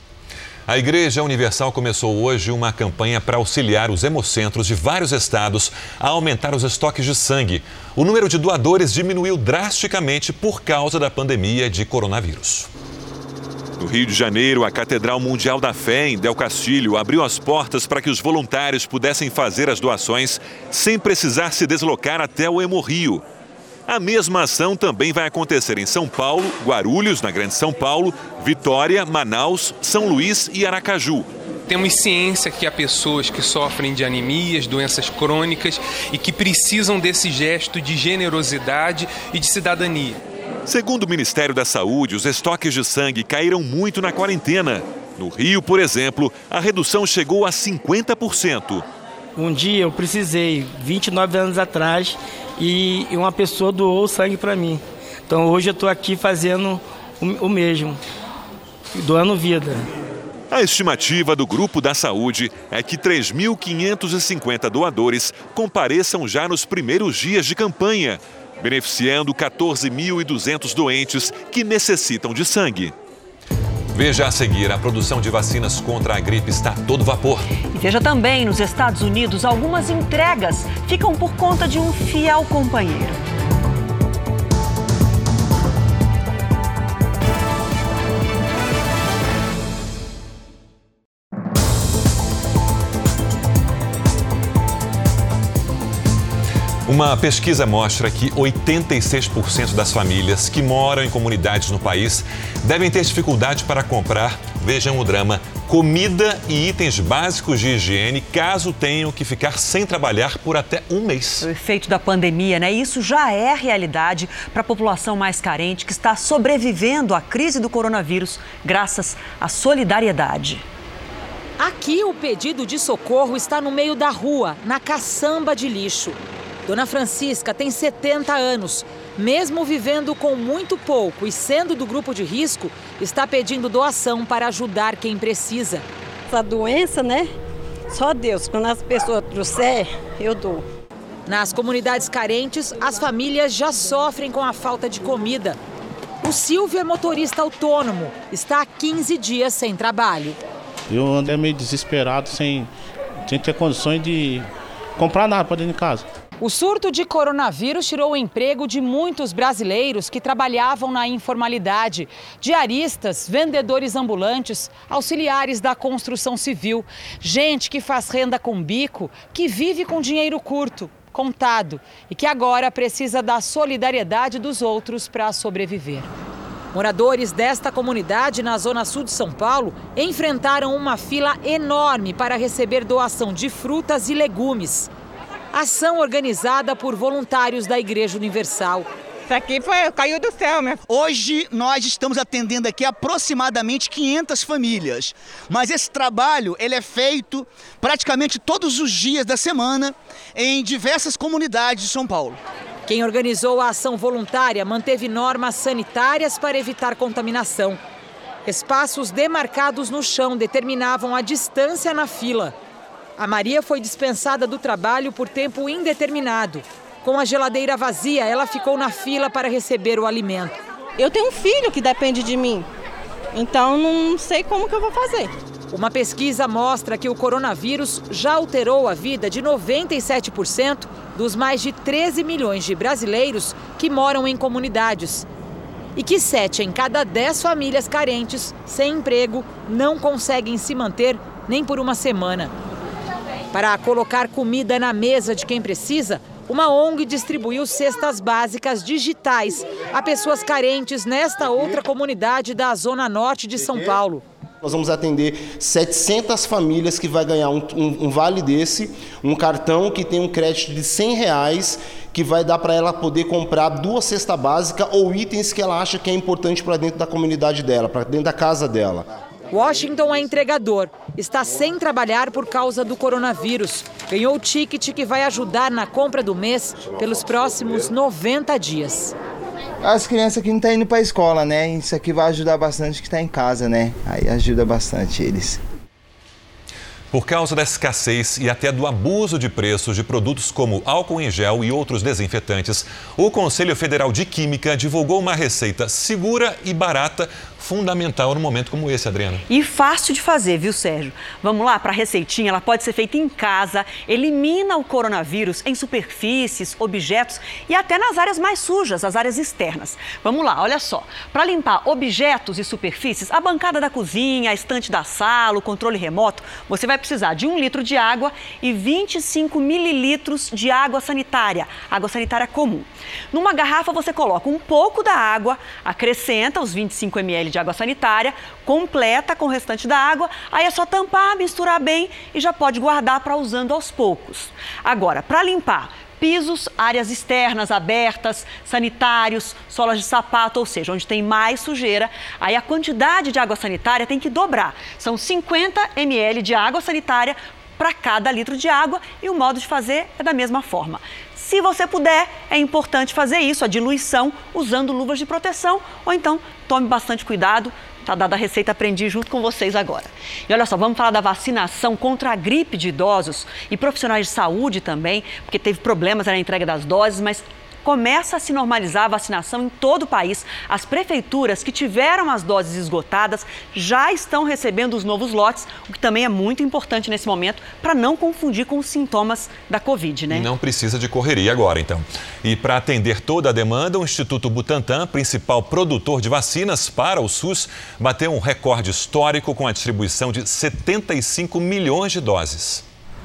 A Igreja Universal começou hoje uma campanha para auxiliar os hemocentros de vários estados a aumentar os estoques de sangue. O número de doadores diminuiu drasticamente por causa da pandemia de coronavírus. No Rio de Janeiro, a Catedral Mundial da Fé, em Del Castilho, abriu as portas para que os voluntários pudessem fazer as doações sem precisar se deslocar até o Hemorrio. A mesma ação também vai acontecer em São Paulo, Guarulhos, na Grande São Paulo, Vitória, Manaus, São Luís e Aracaju. Temos ciência que há pessoas que sofrem de anemias, doenças crônicas e que precisam desse gesto de generosidade e de cidadania. Segundo o Ministério da Saúde, os estoques de sangue caíram muito na quarentena. No Rio, por exemplo, a redução chegou a cinquenta por cento. Um dia eu precisei, vinte e nove anos atrás, e uma pessoa doou sangue para mim. Então hoje eu estou aqui fazendo o mesmo, doando vida. A estimativa do Grupo da Saúde é que três mil quinhentos e cinquenta doadores compareçam já nos primeiros dias de campanha, beneficiando quatorze mil e duzentos doentes que necessitam de sangue. Veja a seguir, a produção de vacinas contra a gripe está a todo vapor. E veja também, nos Estados Unidos, algumas entregas ficam por conta de um fiel companheiro. Uma pesquisa mostra que oitenta e seis por cento das famílias que moram em comunidades no país devem ter dificuldade para comprar, vejam o drama, comida e itens básicos de higiene, caso tenham que ficar sem trabalhar por até um mês. O efeito da pandemia, né? Isso já é realidade para a população mais carente que está sobrevivendo à crise do coronavírus graças à solidariedade. Aqui o pedido de socorro está no meio da rua, na caçamba de lixo. Dona Francisca tem setenta anos. Mesmo vivendo com muito pouco e sendo do grupo de risco, está pedindo doação para ajudar quem precisa. Essa doença, né? Só Deus. Quando as pessoas trouxer, eu dou. Nas comunidades carentes, as famílias já sofrem com a falta de comida. O Silvio é motorista autônomo. Está há quinze dias sem trabalho. Eu andei meio desesperado, sem, sem ter condições de comprar nada para dentro de casa. O surto de coronavírus tirou o emprego de muitos brasileiros que trabalhavam na informalidade. Diaristas, vendedores ambulantes, auxiliares da construção civil. Gente que faz renda com bico, que vive com dinheiro curto, contado e que agora precisa da solidariedade dos outros para sobreviver. Moradores desta comunidade na zona sul de São Paulo enfrentaram uma fila enorme para receber doação de frutas e legumes. Ação organizada por voluntários da Igreja Universal. Isso aqui foi, caiu do céu, né? Hoje nós estamos atendendo aqui aproximadamente quinhentas famílias. Mas esse trabalho ele é feito praticamente todos os dias da semana em diversas comunidades de São Paulo. Quem organizou a ação voluntária manteve normas sanitárias para evitar contaminação. Espaços demarcados no chão determinavam a distância na fila. A Maria foi dispensada do trabalho por tempo indeterminado. Com a geladeira vazia, ela ficou na fila para receber o alimento. Eu tenho um filho que depende de mim, então não sei como que eu vou fazer. Uma pesquisa mostra que o coronavírus já alterou a vida de noventa e sete por cento dos mais de treze milhões de brasileiros que moram em comunidades. E que sete em cada dez famílias carentes, sem emprego, não conseguem se manter nem por uma semana. Para colocar comida na mesa de quem precisa, uma O N G distribuiu cestas básicas digitais a pessoas carentes nesta outra comunidade da Zona Norte de São Paulo. Nós vamos atender setecentas famílias que vai ganhar um, um, um vale desse, um cartão que tem um crédito de cem reais, que vai dar para ela poder comprar duas cestas básicas ou itens que ela acha que é importante para dentro da comunidade dela, para dentro da casa dela. Washington é entregador, está sem trabalhar por causa do coronavírus. Ganhou o ticket que vai ajudar na compra do mês pelos próximos noventa dias. As crianças que não estão indo para a escola, né? Isso aqui vai ajudar bastante que está em casa, né? Aí ajuda bastante eles. Por causa da escassez e até do abuso de preços de produtos como álcool em gel e outros desinfetantes, o Conselho Federal de Química divulgou uma receita segura e barata, fundamental num momento como esse, Adriana. E fácil de fazer, viu, Sérgio? Vamos lá para a receitinha, ela pode ser feita em casa, elimina o coronavírus em superfícies, objetos e até nas áreas mais sujas, as áreas externas. Vamos lá, olha só. Para limpar objetos e superfícies, a bancada da cozinha, a estante da sala, o controle remoto, você vai precisar de um litro de água e vinte e cinco mililitros de água sanitária, água sanitária comum. Numa garrafa você coloca um pouco da água, acrescenta os vinte e cinco mililitros de água sanitária, completa com o restante da água, aí é só tampar, misturar bem e já pode guardar para usando aos poucos. Agora, para limpar pisos, áreas externas abertas, sanitários, solas de sapato, ou seja, onde tem mais sujeira, aí a quantidade de água sanitária tem que dobrar. São cinquenta mililitros de água sanitária para cada litro de água e o modo de fazer é da mesma forma. Se você puder, é importante fazer isso, a diluição, usando luvas de proteção, ou então tome bastante cuidado. Tá dada a receita, aprendi junto com vocês agora. E olha só, vamos falar da vacinação contra a gripe de idosos e profissionais de saúde também, porque teve problemas na entrega das doses, mas começa a se normalizar a vacinação em todo o país. As prefeituras que tiveram as doses esgotadas já estão recebendo os novos lotes, o que também é muito importante nesse momento para não confundir com os sintomas da Covid, né? Não precisa de correria agora, então. E para atender toda a demanda, o Instituto Butantan, principal produtor de vacinas para o SUS, bateu um recorde histórico com a distribuição de setenta e cinco milhões de doses.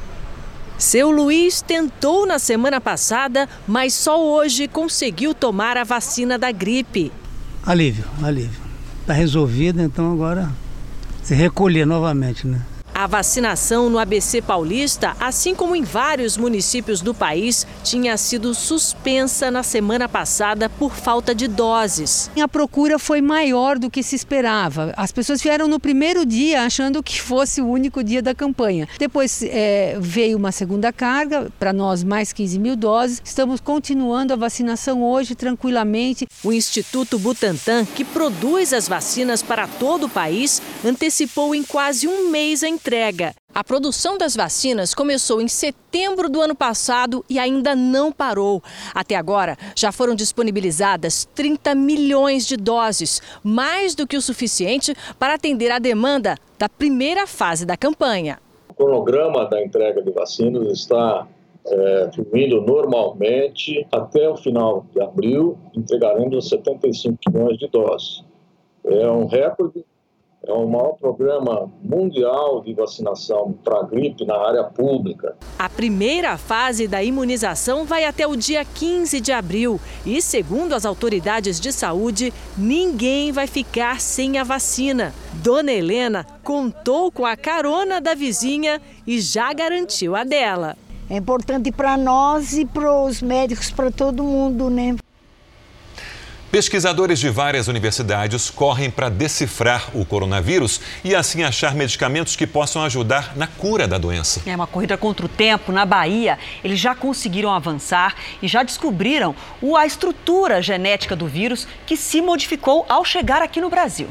Seu Luiz tentou na semana passada, mas só hoje conseguiu tomar a vacina da gripe. Alívio, alívio. Está resolvido, então agora se recolher novamente, né? A vacinação no A B C Paulista, assim como em vários municípios do país, tinha sido suspensa na semana passada por falta de doses. A procura foi maior do que se esperava. As pessoas vieram no primeiro dia achando que fosse o único dia da campanha. Depois é, veio uma segunda carga, para nós mais quinze mil doses. Estamos continuando a vacinação hoje tranquilamente. O Instituto Butantan, que produz as vacinas para todo o país, antecipou em quase um mês a entrega. A produção das vacinas começou em setembro do ano passado e ainda não parou. Até agora, já foram disponibilizadas trinta milhões de doses, mais do que o suficiente para atender a demanda da primeira fase da campanha. O cronograma da entrega de vacinas está é, fluindo normalmente. Até o final de abril, entregaremos setenta e cinco milhões de doses. É um recorde, é o maior programa mundial de vacinação para a gripe na área pública. A primeira fase da imunização vai até o dia quinze de abril e, segundo as autoridades de saúde, ninguém vai ficar sem a vacina. Dona Helena contou com a carona da vizinha e já garantiu a dela. É importante para nós e para os médicos, para todo mundo, né? Pesquisadores de várias universidades correm para decifrar o coronavírus e assim achar medicamentos que possam ajudar na cura da doença. É uma corrida contra o tempo. Na Bahia, eles já conseguiram avançar e já descobriram a estrutura genética do vírus que se modificou ao chegar aqui no Brasil.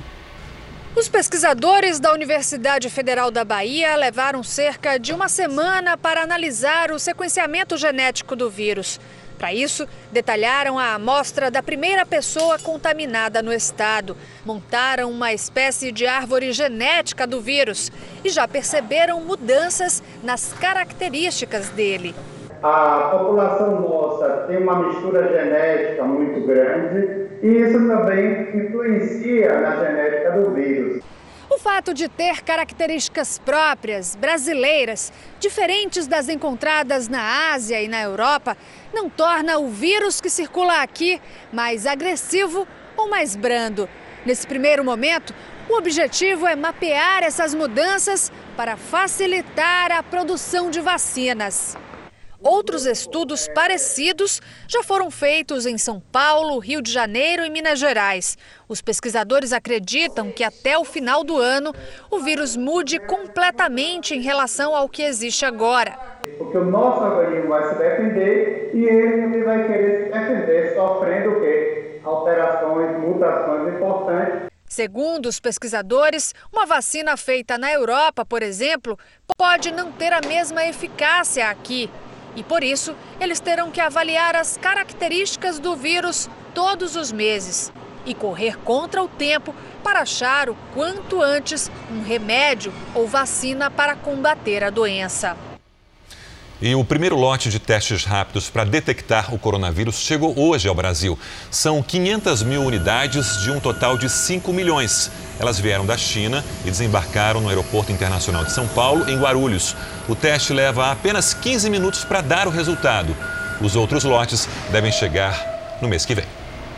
Os pesquisadores da Universidade Federal da Bahia levaram cerca de uma semana para analisar o sequenciamento genético do vírus. Para isso, detalharam a amostra da primeira pessoa contaminada no estado. Montaram uma espécie de árvore genética do vírus e já perceberam mudanças nas características dele. A população nossa tem uma mistura genética muito grande e isso também influencia na genética do vírus. O fato de ter características próprias, brasileiras, diferentes das encontradas na Ásia e na Europa, não torna o vírus que circula aqui mais agressivo ou mais brando. Nesse primeiro momento, o objetivo é mapear essas mudanças para facilitar a produção de vacinas. Outros estudos parecidos já foram feitos em São Paulo, Rio de Janeiro e Minas Gerais. Os pesquisadores acreditam que até o final do ano o vírus mude completamente em relação ao que existe agora. Porque o nosso organismo vai se defender e ele também vai querer se defender, sofrendo o quê? Alterações, mutações importantes. Segundo os pesquisadores, uma vacina feita na Europa, por exemplo, pode não ter a mesma eficácia aqui. E por isso, eles terão que avaliar as características do vírus todos os meses e correr contra o tempo para achar o quanto antes um remédio ou vacina para combater a doença. E o primeiro lote de testes rápidos para detectar o coronavírus chegou hoje ao Brasil. São quinhentas mil unidades de um total de cinco milhões. Elas vieram da China e desembarcaram no Aeroporto Internacional de São Paulo, em Guarulhos. O teste leva apenas quinze minutos para dar o resultado. Os outros lotes devem chegar no mês que vem.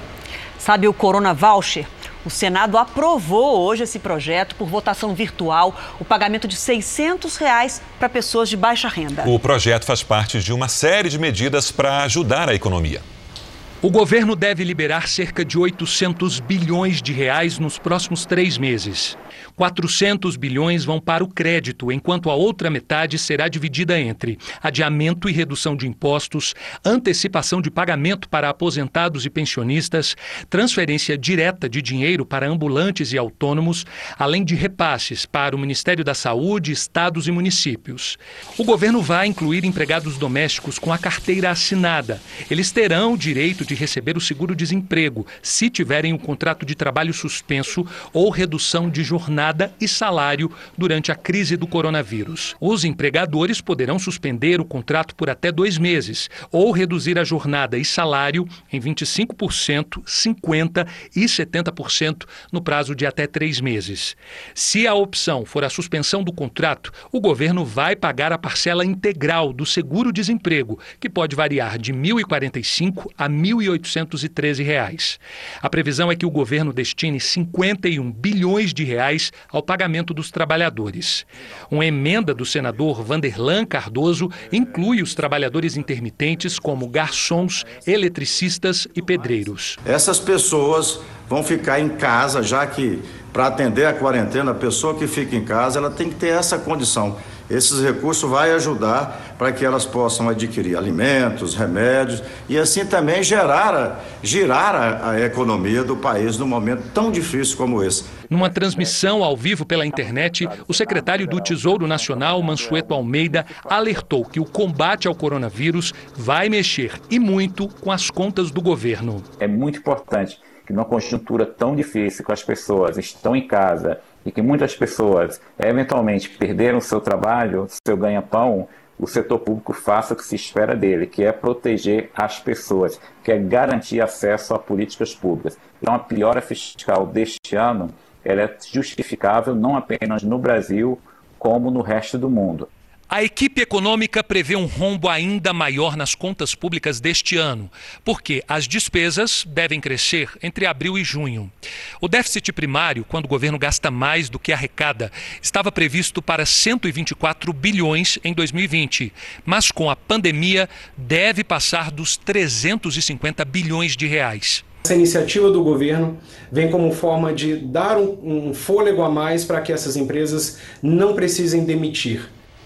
Sabe o Corona Voucher? O Senado aprovou hoje esse projeto por votação virtual, o pagamento de seiscentos reais para pessoas de baixa renda. O projeto faz parte de uma série de medidas para ajudar a economia. O governo deve liberar cerca de oitocentos bilhões de reais nos próximos três meses. quatrocentos bilhões vão para o crédito, enquanto a outra metade será dividida entre adiamento e redução de impostos, antecipação de pagamento para aposentados e pensionistas, transferência direta de dinheiro para ambulantes e autônomos, além de repasses para o Ministério da Saúde, estados e municípios. O governo vai incluir empregados domésticos com a carteira assinada. Eles terão o direito de receber o seguro-desemprego se tiverem um contrato de trabalho suspenso ou redução de jornada e salário durante a crise do coronavírus. Os empregadores poderão suspender o contrato por até dois meses ou reduzir a jornada e salário em vinte e cinco por cento, cinquenta por cento e setenta por cento no prazo de até três meses. Se a opção for a suspensão do contrato, o governo vai pagar a parcela integral do seguro-desemprego, que pode variar de mil e quarenta e cinco a mil e oitocentos e treze reais. A previsão é que o governo destine cinquenta e um bilhões de reais ao pagamento dos trabalhadores. Uma emenda do senador Vanderlan Cardoso inclui os trabalhadores intermitentes como garçons, eletricistas e pedreiros. Essas pessoas vão ficar em casa, já que para atender a quarentena, a pessoa que fica em casa, ela tem que ter essa condição. Esses recursos vão ajudar para que elas possam adquirir alimentos, remédios e assim também gerar, girar a, a economia do país num momento tão difícil como esse. Numa transmissão ao vivo pela internet, o secretário do Tesouro Nacional, Mansueto Almeida, alertou que o combate ao coronavírus vai mexer e muito com as contas do governo. É muito importante que numa conjuntura tão difícil que as pessoas estão em casa e que muitas pessoas eventualmente perderam seu trabalho, seu ganha-pão, o setor público faça o que se espera dele, que é proteger as pessoas, que é garantir acesso a políticas públicas. Então, a piora fiscal deste ano ela é justificável não apenas no Brasil, como no resto do mundo. A equipe econômica prevê um rombo ainda maior nas contas públicas deste ano, porque as despesas devem crescer entre abril e junho. O déficit primário, quando o governo gasta mais do que arrecada, estava previsto para cento e vinte e quatro bilhões em dois mil e vinte, mas com a pandemia deve passar dos trezentos e cinquenta bilhões de reais. Essa iniciativa do governo vem como forma de dar um, um fôlego a mais para que essas empresas não precisem demitir.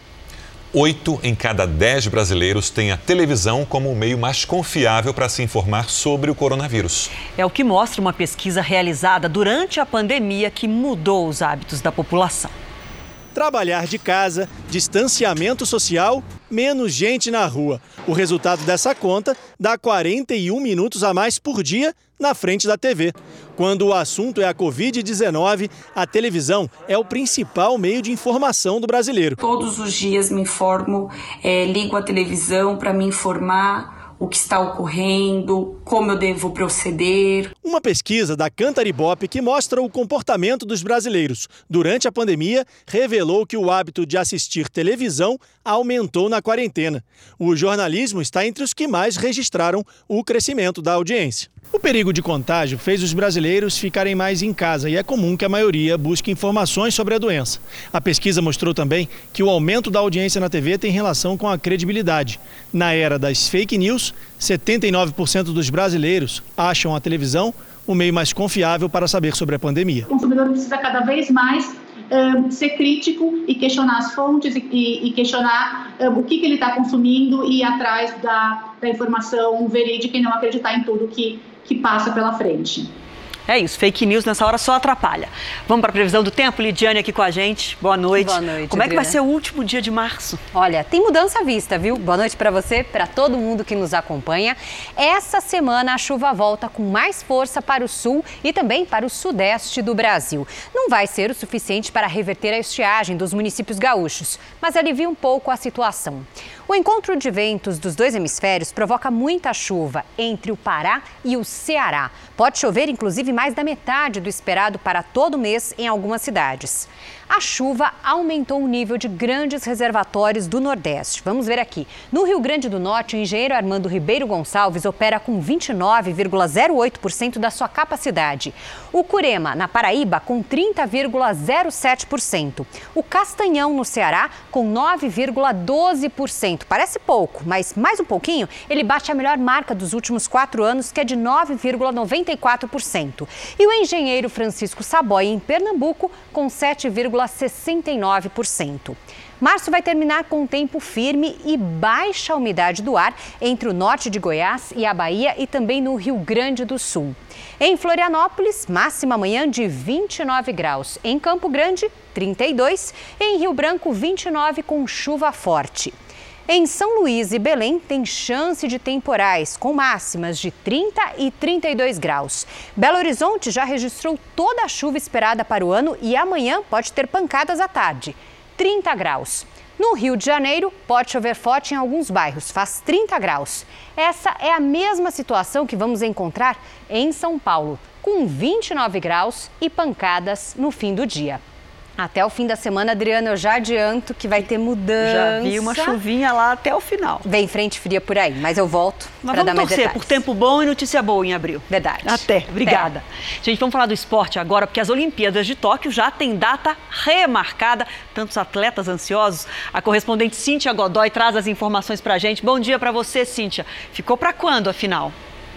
Oito em cada dez brasileiros têm a televisão como o meio mais confiável para se informar sobre o coronavírus. É o que mostra uma pesquisa realizada durante a pandemia que mudou os hábitos da população. Trabalhar de casa, distanciamento social, menos gente na rua. O resultado dessa conta dá quarenta e um minutos a mais por dia na frente da T V. Quando o assunto é a covid dezenove, a televisão é o principal meio de informação do brasileiro. Todos os dias me informo, é, ligo a televisão para me informar o que está ocorrendo, como eu devo proceder. Uma pesquisa da Cantar Ibope que mostra o comportamento dos brasileiros durante a pandemia revelou que o hábito de assistir televisão aumentou na quarentena. O jornalismo está entre os que mais registraram o crescimento da audiência. O perigo de contágio fez os brasileiros ficarem mais em casa e é comum que a maioria busque informações sobre a doença. A pesquisa mostrou também que o aumento da audiência na T V tem relação com a credibilidade. Na era das fake news, setenta e nove por cento dos brasileiros acham a televisão o meio mais confiável para saber sobre a pandemia. O consumidor precisa cada vez mais um, ser crítico e questionar as fontes e, e questionar um, o que, que ele está consumindo e ir atrás da, da informação verídica e não acreditar em tudo que que passa pela frente. É isso, fake news nessa hora só atrapalha. Vamos para a previsão do tempo, Lidiane aqui com a gente. Boa noite. Boa noite. Como é que vai Adriana? ser o último dia de março? Olha, tem mudança à vista, viu? Boa noite para você, para todo mundo que nos acompanha. Essa semana a chuva volta com mais força para o sul e também para o sudeste do Brasil. Não vai ser o suficiente para reverter a estiagem dos municípios gaúchos, mas alivia um pouco a situação. O encontro de ventos dos dois hemisférios provoca muita chuva entre o Pará e o Ceará. Pode chover, inclusive, mais da metade do esperado para todo mês em algumas cidades. A chuva aumentou o nível de grandes reservatórios do Nordeste. Vamos ver aqui. No Rio Grande do Norte, o engenheiro Armando Ribeiro Gonçalves opera com vinte e nove vírgula zero oito por cento da sua capacidade. O Curema, na Paraíba, com trinta vírgula zero sete por cento. O Castanhão, no Ceará, com nove vírgula doze por cento. Parece pouco, mas mais um pouquinho, ele bate a melhor marca dos últimos quatro anos, que é de nove vírgula noventa e quatro por cento. E o engenheiro Francisco Saboia, em Pernambuco, com sete vírgula sessenta e nove por cento. Março vai terminar com um tempo firme e baixa umidade do ar entre o norte de Goiás e a Bahia e também no Rio Grande do Sul. Em Florianópolis, máxima amanhã de vinte e nove graus. Em Campo Grande, trinta e dois. Em Rio Branco, vinte e nove com chuva forte. Em São Luís e Belém, tem chance de temporais, com máximas de trinta e trinta e dois graus. Belo Horizonte já registrou toda a chuva esperada para o ano e amanhã pode ter pancadas à tarde, trinta graus. No Rio de Janeiro, pode chover forte em alguns bairros, faz trinta graus. Essa é a mesma situação que vamos encontrar em São Paulo, com vinte e nove graus e pancadas no fim do dia. Até o fim da semana, Adriana, eu já adianto que vai ter mudança. Já vi uma chuvinha lá até o final. Vem frente fria por aí, mas eu volto para dar mais detalhes. Vamos torcer por tempo bom e notícia boa em abril. Verdade. Até, obrigada. Até. Gente, vamos falar do esporte agora, porque as Olimpíadas de Tóquio já têm data remarcada. Tantos atletas ansiosos. A correspondente Cíntia Godoy traz as informações para a gente. Bom dia para você, Cíntia. Ficou para quando, afinal?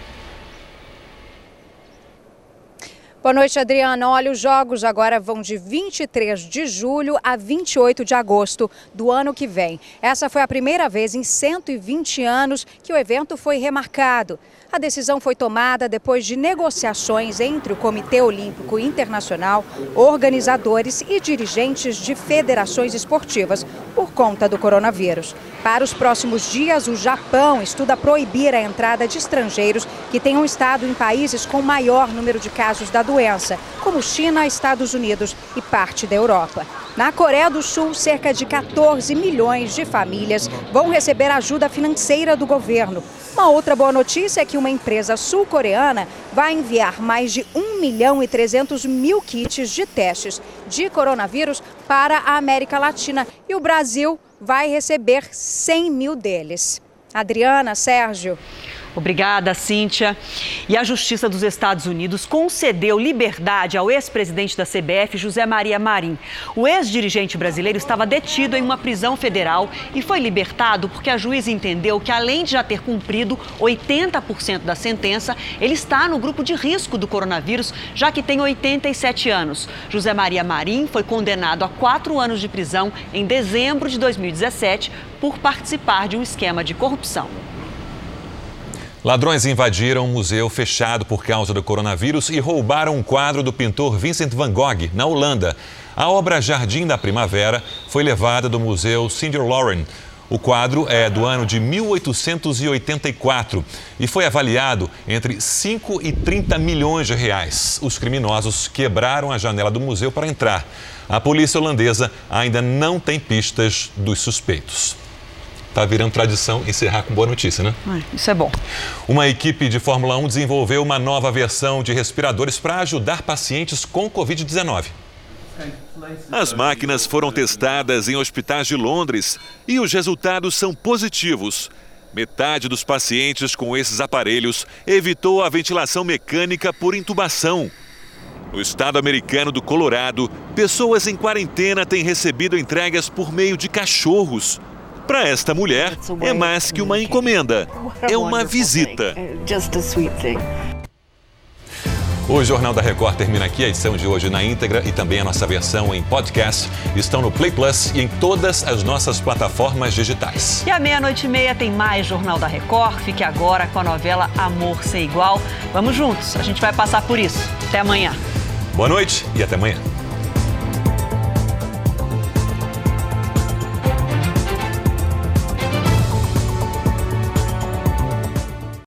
Boa noite, Adriana. Olha, os jogos agora vão de vinte e três de julho a vinte e oito de agosto do ano que vem. Essa foi a primeira vez em cento e vinte anos que o evento foi remarcado. A decisão foi tomada depois de negociações entre o Comitê Olímpico Internacional, organizadores e dirigentes de federações esportivas por conta do coronavírus. Para Para os próximos dias, o Japão estuda proibir a entrada de estrangeiros que tenham estado em países com maior número de casos da doença, como China, Estados Unidos e parte da Europa. Na Coreia do Sul, cerca de quatorze milhões de famílias vão receber ajuda financeira do governo. Uma outra boa notícia é que uma empresa sul-coreana vai enviar mais de um milhão e trezentos mil kits de testes de coronavírus para a América Latina e o Brasil vai receber cem mil deles. Adriana, Sérgio. Obrigada, Cíntia. E a Justiça dos Estados Unidos concedeu liberdade ao ex-presidente da C B F, José Maria Marim. O ex-dirigente brasileiro estava detido em uma prisão federal e foi libertado porque a juíza entendeu que, além de já ter cumprido oitenta por cento da sentença, ele está no grupo de risco do coronavírus, já que tem oitenta e sete anos. José Maria Marim foi condenado a quatro anos de prisão em dezembro de dois mil e dezessete por participar de um esquema de corrupção. Ladrões invadiram um museu fechado por causa do coronavírus e roubaram um quadro do pintor Vincent van Gogh, na Holanda. A obra Jardim da Primavera foi levada do Museu Singer-Lauren. O quadro é do ano de mil oitocentos e oitenta e quatro e foi avaliado entre cinco e trinta milhões de reais. Os criminosos quebraram a janela do museu para entrar. A polícia holandesa ainda não tem pistas dos suspeitos. Está virando tradição encerrar com boa notícia, né? Isso é bom. Uma equipe de Fórmula um desenvolveu uma nova versão de respiradores para ajudar pacientes com covid dezenove. As máquinas foram testadas em hospitais de Londres e os resultados são positivos. Metade dos pacientes com esses aparelhos evitou a ventilação mecânica por intubação. No estado americano do Colorado, pessoas em quarentena têm recebido entregas por meio de cachorros. Para esta mulher, é mais que uma encomenda, é uma visita. O Jornal da Record termina aqui. A edição de hoje na íntegra e também a nossa versão em podcast estão no Play Plus e em todas as nossas plataformas digitais. E à meia-noite e meia tem mais Jornal da Record. Fique agora com a novela Amor Sem Igual. Vamos juntos, a gente vai passar por isso. Até amanhã. Boa noite e até amanhã.